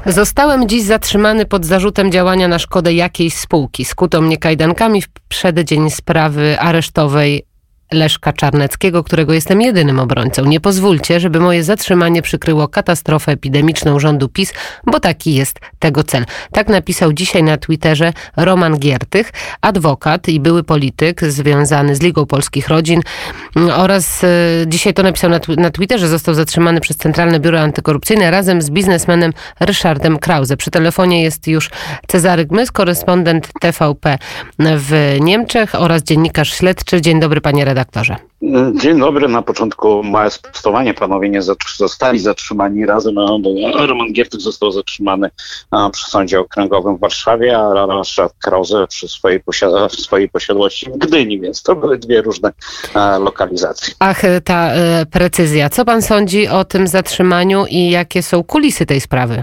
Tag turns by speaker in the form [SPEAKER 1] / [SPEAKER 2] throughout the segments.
[SPEAKER 1] Zostałem dziś zatrzymany pod zarzutem działania na szkodę jakiejś spółki. Skuto mnie kajdankami w przeddzień sprawy aresztowej Leszka Czarneckiego, którego jestem jedynym obrońcą. Nie pozwólcie, żeby moje zatrzymanie przykryło katastrofę epidemiczną rządu PiS, bo taki jest tego cel. Tak napisał dzisiaj na Twitterze Roman Giertych, adwokat i były polityk związany z Ligą Polskich Rodzin oraz dzisiaj to napisał na Twitterze, został zatrzymany przez Centralne Biuro Antykorupcyjne razem z biznesmenem Ryszardem Krause. Przy telefonie jest już Cezary Gmys, korespondent TVP w Niemczech oraz dziennikarz śledczy. Dzień dobry, panie redaktorze.
[SPEAKER 2] Dzień dobry. Na początku małe sprostowanie. Panowie nie zostali zatrzymani razem, bo Roman Giertych został zatrzymany przy Sądzie Okręgowym w Warszawie, a Ryszard Krause przy swojej posiadłości w Gdyni, więc to były dwie różne lokalizacje.
[SPEAKER 1] Ach, ta precyzja. Co pan sądzi o tym zatrzymaniu i jakie są kulisy tej sprawy?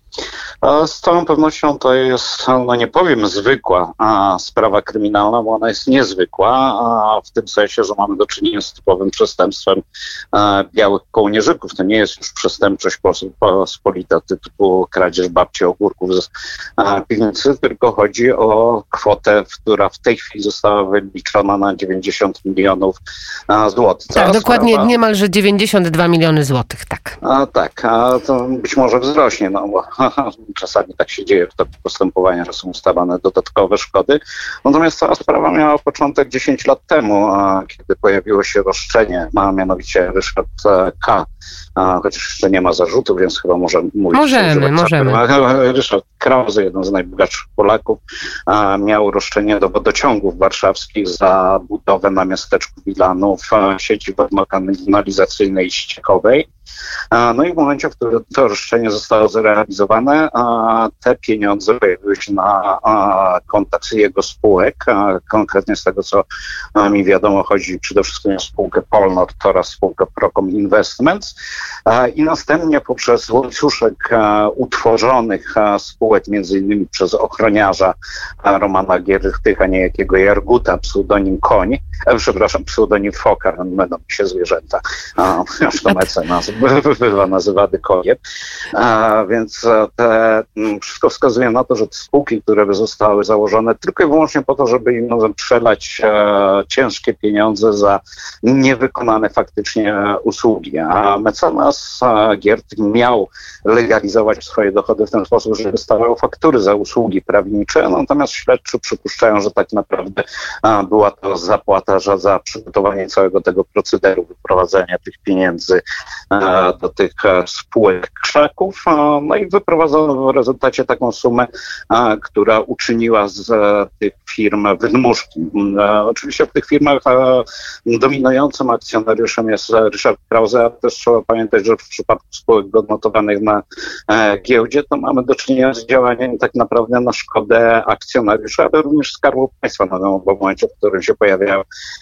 [SPEAKER 2] Z całą pewnością to jest, nie powiem zwykła sprawa kryminalna, bo ona jest niezwykła, w tym sensie, że mamy do czynienia z typowym przestępstwem białych kołnierzyków. To nie jest już przestępczość pospolita typu kradzież babci ogórków z piwnicy, tylko chodzi o kwotę, która w tej chwili została wyliczona na 90 milionów złotych.
[SPEAKER 1] Tak, dokładnie niemalże 92 miliony złotych, tak.
[SPEAKER 2] Tak, to być może wzrośnie, bo czasami tak się dzieje w toku postępowania, że są ustawane dodatkowe szkody. Natomiast cała sprawa miała początek 10 lat temu, kiedy pojawiło się roszczenie, mianowicie Ryszard K., chociaż jeszcze nie ma zarzutów, więc chyba możemy mówić.
[SPEAKER 1] Możemy.
[SPEAKER 2] Ryszard Krause, jeden z najbogatszych Polaków, miał roszczenie do wodociągów warszawskich za budowę na miasteczku Wilanów sieci wodno-kanalizacyjnej ściekowej. No i w momencie, w którym to roszczenie zostało zrealizowane, te pieniądze pojawiły się na kontach jego spółek. Konkretnie z tego, co mi wiadomo, chodzi przede wszystkim o spółkę Polnord oraz spółkę Procom Investments. I następnie poprzez łańcuszek utworzonych spółek, między innymi przez ochroniarza Romana Giertycha, niejakiego Jarguta, pseudonim Koń, pseudonim Foka, będą mi się zwierzęta, zresztą mecenas bywa nazywany koniem. Więc wszystko wskazuje na to, że te spółki, które by zostały założone tylko i wyłącznie po to, żeby im przelać ciężkie pieniądze za niewykonane faktycznie usługi. A mecenas Giertych miał legalizować swoje dochody w ten sposób, że wystawiał faktury za usługi prawnicze, natomiast śledczy przypuszczają, że tak naprawdę była to zapłata za przygotowanie całego tego procederu, wyprowadzenia tych pieniędzy do tych spółek krzaków, no i wyprowadzono w rezultacie taką sumę, która uczyniła z tych firm wydmuszki. Oczywiście w tych firmach dominującym akcjonariuszem jest Ryszard Krause, a też trzeba pamiętać, że w przypadku spółek notowanych na giełdzie to mamy do czynienia z działaniem tak naprawdę na szkodę akcjonariusza, ale również Skarbu Państwa, w momencie, w którym się pojawiają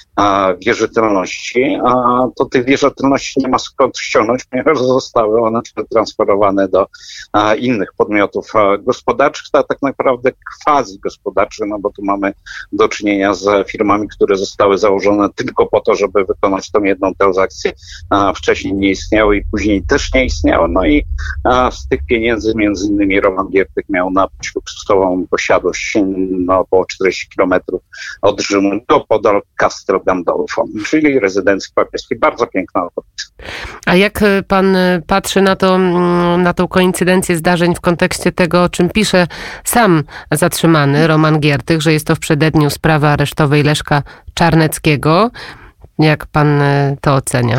[SPEAKER 2] wierzytelności, to tych wierzytelności nie ma skąd ściągnąć, ponieważ zostały one przetransferowane do innych podmiotów gospodarczych, a tak naprawdę quasi gospodarczych, bo tu mamy do czynienia z firmami, które zostały założone tylko po to, żeby wykonać tą jedną transakcję. Wcześniej nie istniały i później też nie istniały. No i z tych pieniędzy między innymi Roman Giertych miał nabyć luksusową posiadłość na około 40 km od Rzymu do podol Castel Gandolfo, czyli rezydencji papieskiej. Bardzo piękna okolica.
[SPEAKER 1] A jak pan patrzy na tą koincydencję zdarzeń w kontekście tego, o czym pisze sam zatrzymany Roman Giertych, że jest to w przededniu sprawy aresztowej Leszka Czarneckiego? Jak pan to ocenia?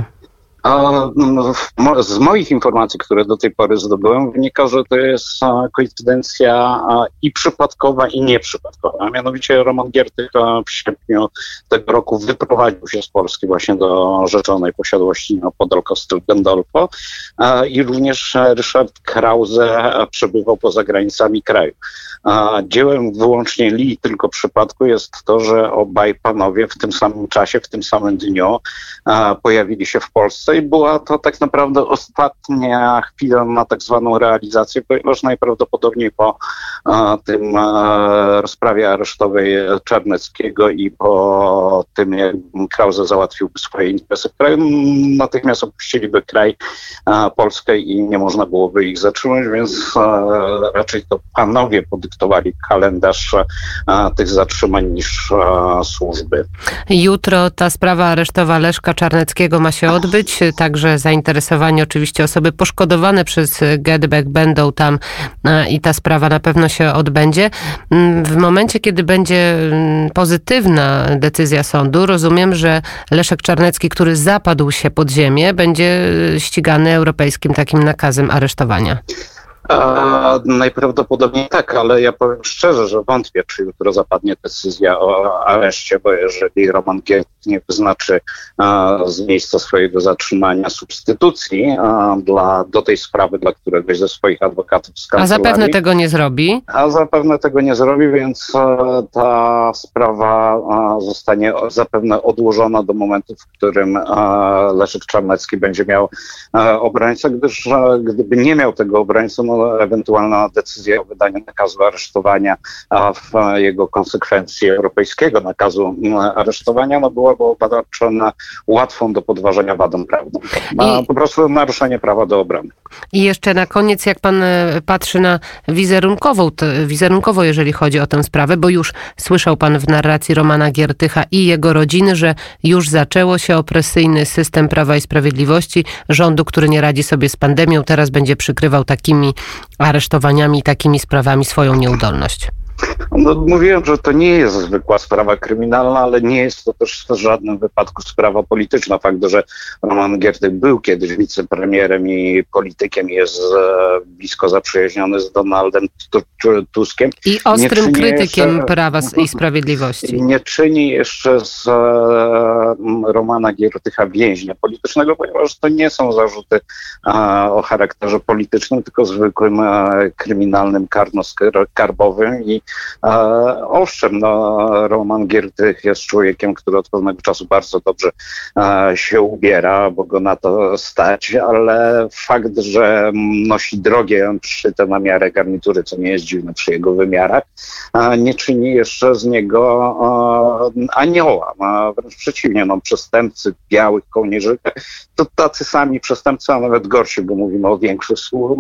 [SPEAKER 2] Z moich informacji, które do tej pory zdobyłem, wynika, że to jest koincydencja i przypadkowa, i nieprzypadkowa. A mianowicie Roman Giertych w sierpniu tego roku wyprowadził się z Polski właśnie do rzeczonej posiadłości podol Castel Gandolfo i również Ryszard Krause przebywał poza granicami kraju. Dziełem wyłącznie li tylko przypadku jest to, że obaj panowie w tym samym czasie, w tym samym dniu pojawili się w Polsce i była to tak naprawdę ostatnia chwila na tak zwaną realizację, ponieważ najprawdopodobniej po tym rozprawie aresztowej Czarneckiego i po tym, jak Krause załatwiłby swoje interesy w kraju, natychmiast opuściliby kraj, Polskę i nie można byłoby ich zatrzymać, więc raczej to panowie podyktowali kalendarz tych zatrzymań niż służby.
[SPEAKER 1] Jutro ta sprawa aresztowa Leszka Czarneckiego ma się odbyć, także zainteresowani oczywiście osoby poszkodowane przez GetBack będą tam i ta sprawa na pewno się odbędzie. W momencie, kiedy będzie pozytywna decyzja sądu, rozumiem, że Leszek Czarnecki, który zapadł się pod ziemię, będzie ścigany europejskim takim nakazem aresztowania.
[SPEAKER 2] Najprawdopodobniej tak, ale ja powiem szczerze, że wątpię, czy jutro zapadnie decyzja o areszcie, bo jeżeli Roman Giertych nie wyznaczy z miejsca swojego zatrzymania substytucji do tej sprawy, dla któregoś ze swoich adwokatów z kancelarii.
[SPEAKER 1] A zapewne tego nie zrobi?
[SPEAKER 2] A zapewne tego nie zrobi, więc ta sprawa zostanie zapewne odłożona do momentu, w którym Leszek Czarnecki będzie miał obrońcę, gdyż gdyby nie miał tego obrońcy, no ewentualna decyzja o wydaniu nakazu aresztowania, a w jego konsekwencji europejskiego nakazu aresztowania, no byłaby opatrzona łatwą do podważenia wadą prawną. Po prostu naruszenie prawa do obrony.
[SPEAKER 1] I jeszcze na koniec, jak pan patrzy na wizerunkowo, jeżeli chodzi o tę sprawę, bo już słyszał pan w narracji Romana Giertycha i jego rodziny, że już zaczęło się opresyjny system Prawa i Sprawiedliwości, rządu, który nie radzi sobie z pandemią, teraz będzie przykrywał takimi aresztowaniami i takimi sprawami swoją nieudolność.
[SPEAKER 2] No, mówiłem, że to nie jest zwykła sprawa kryminalna, ale nie jest to też w żadnym wypadku sprawa polityczna. Fakt, że Roman Giertych był kiedyś wicepremierem i politykiem, jest blisko zaprzyjaźniony z Donaldem Tuskiem.
[SPEAKER 1] I ostrym krytykiem Prawa i Sprawiedliwości.
[SPEAKER 2] Nie czyni jeszcze z Romana Giertycha więźnia politycznego, ponieważ to nie są zarzuty o charakterze politycznym, tylko zwykłym kryminalnym, karno-skarbowym. I owszem, Roman Giertych jest człowiekiem, który od pewnego czasu bardzo dobrze się ubiera, bo go na to stać, ale fakt, że nosi drogie, szyte na miarę garnitury, co nie jest dziwne przy jego wymiarach, nie czyni jeszcze z niego anioła. Wręcz przeciwnie, przestępcy w białych kołnierzykach to tacy sami przestępcy, a nawet gorsi, bo mówimy o większych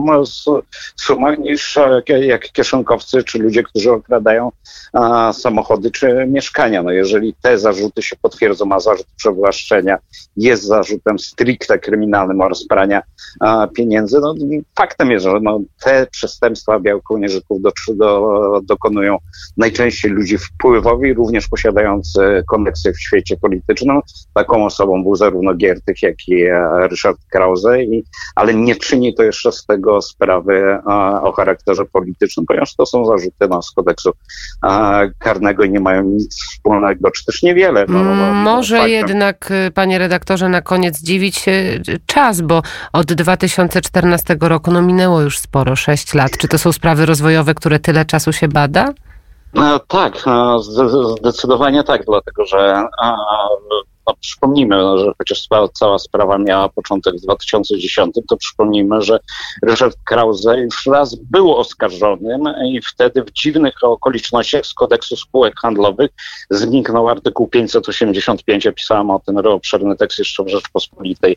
[SPEAKER 2] sumach niż jak kieszonkowcy, czy ludzie, którzy okradają samochody czy mieszkania. Jeżeli te zarzuty się potwierdzą, a zarzut przewłaszczenia jest zarzutem stricte kryminalnym oraz prania pieniędzy, faktem jest, że te przestępstwa białkołnierzyków dokonują najczęściej ludzi wpływowi, również posiadający koneksje w świecie politycznym. Taką osobą był zarówno Giertych, jak i Ryszard Krause, ale nie czyni to jeszcze z tego sprawy o charakterze politycznym, ponieważ to są zarzuty z kodeksu karnego i nie mają nic wspólnego, czy też niewiele.
[SPEAKER 1] Może jednak, panie redaktorze, na koniec dziwić się czas, bo od 2014 roku minęło już sporo, 6 lat. Czy to są sprawy rozwojowe, które tyle czasu się bada?
[SPEAKER 2] Tak, zdecydowanie tak, dlatego że przypomnijmy, że chociaż cała sprawa miała początek w 2010, to przypomnijmy, że Ryszard Krause już raz był oskarżonym i wtedy w dziwnych okolicznościach z kodeksu spółek handlowych zniknął artykuł 585, ja pisałem o tym obszerny tekst jeszcze w Rzeczpospolitej,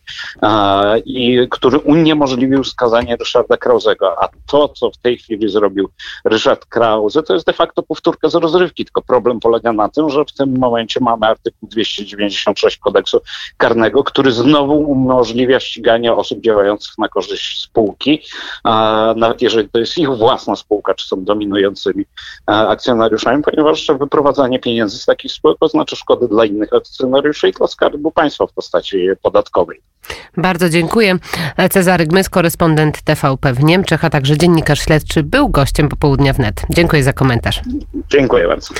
[SPEAKER 2] i który uniemożliwił skazanie Ryszarda Krausego. A to, co w tej chwili zrobił Ryszard Krause, to jest de facto powtórka z rozrywki, tylko problem polega na tym, że w tym momencie mamy artykuł 296 kodeksu karnego, który znowu umożliwia ściganie osób działających na korzyść spółki, nawet jeżeli to jest ich własna spółka, czy są dominującymi akcjonariuszami, ponieważ wyprowadzanie pieniędzy z takich spółek oznacza szkody dla innych akcjonariuszy i dla Skarbu Państwa w postaci podatkowej.
[SPEAKER 1] Bardzo dziękuję. Cezary Gmys, korespondent TVP w Niemczech, a także dziennikarz śledczy, był gościem Popołudnia wnet. Dziękuję za komentarz.
[SPEAKER 2] Dziękuję bardzo.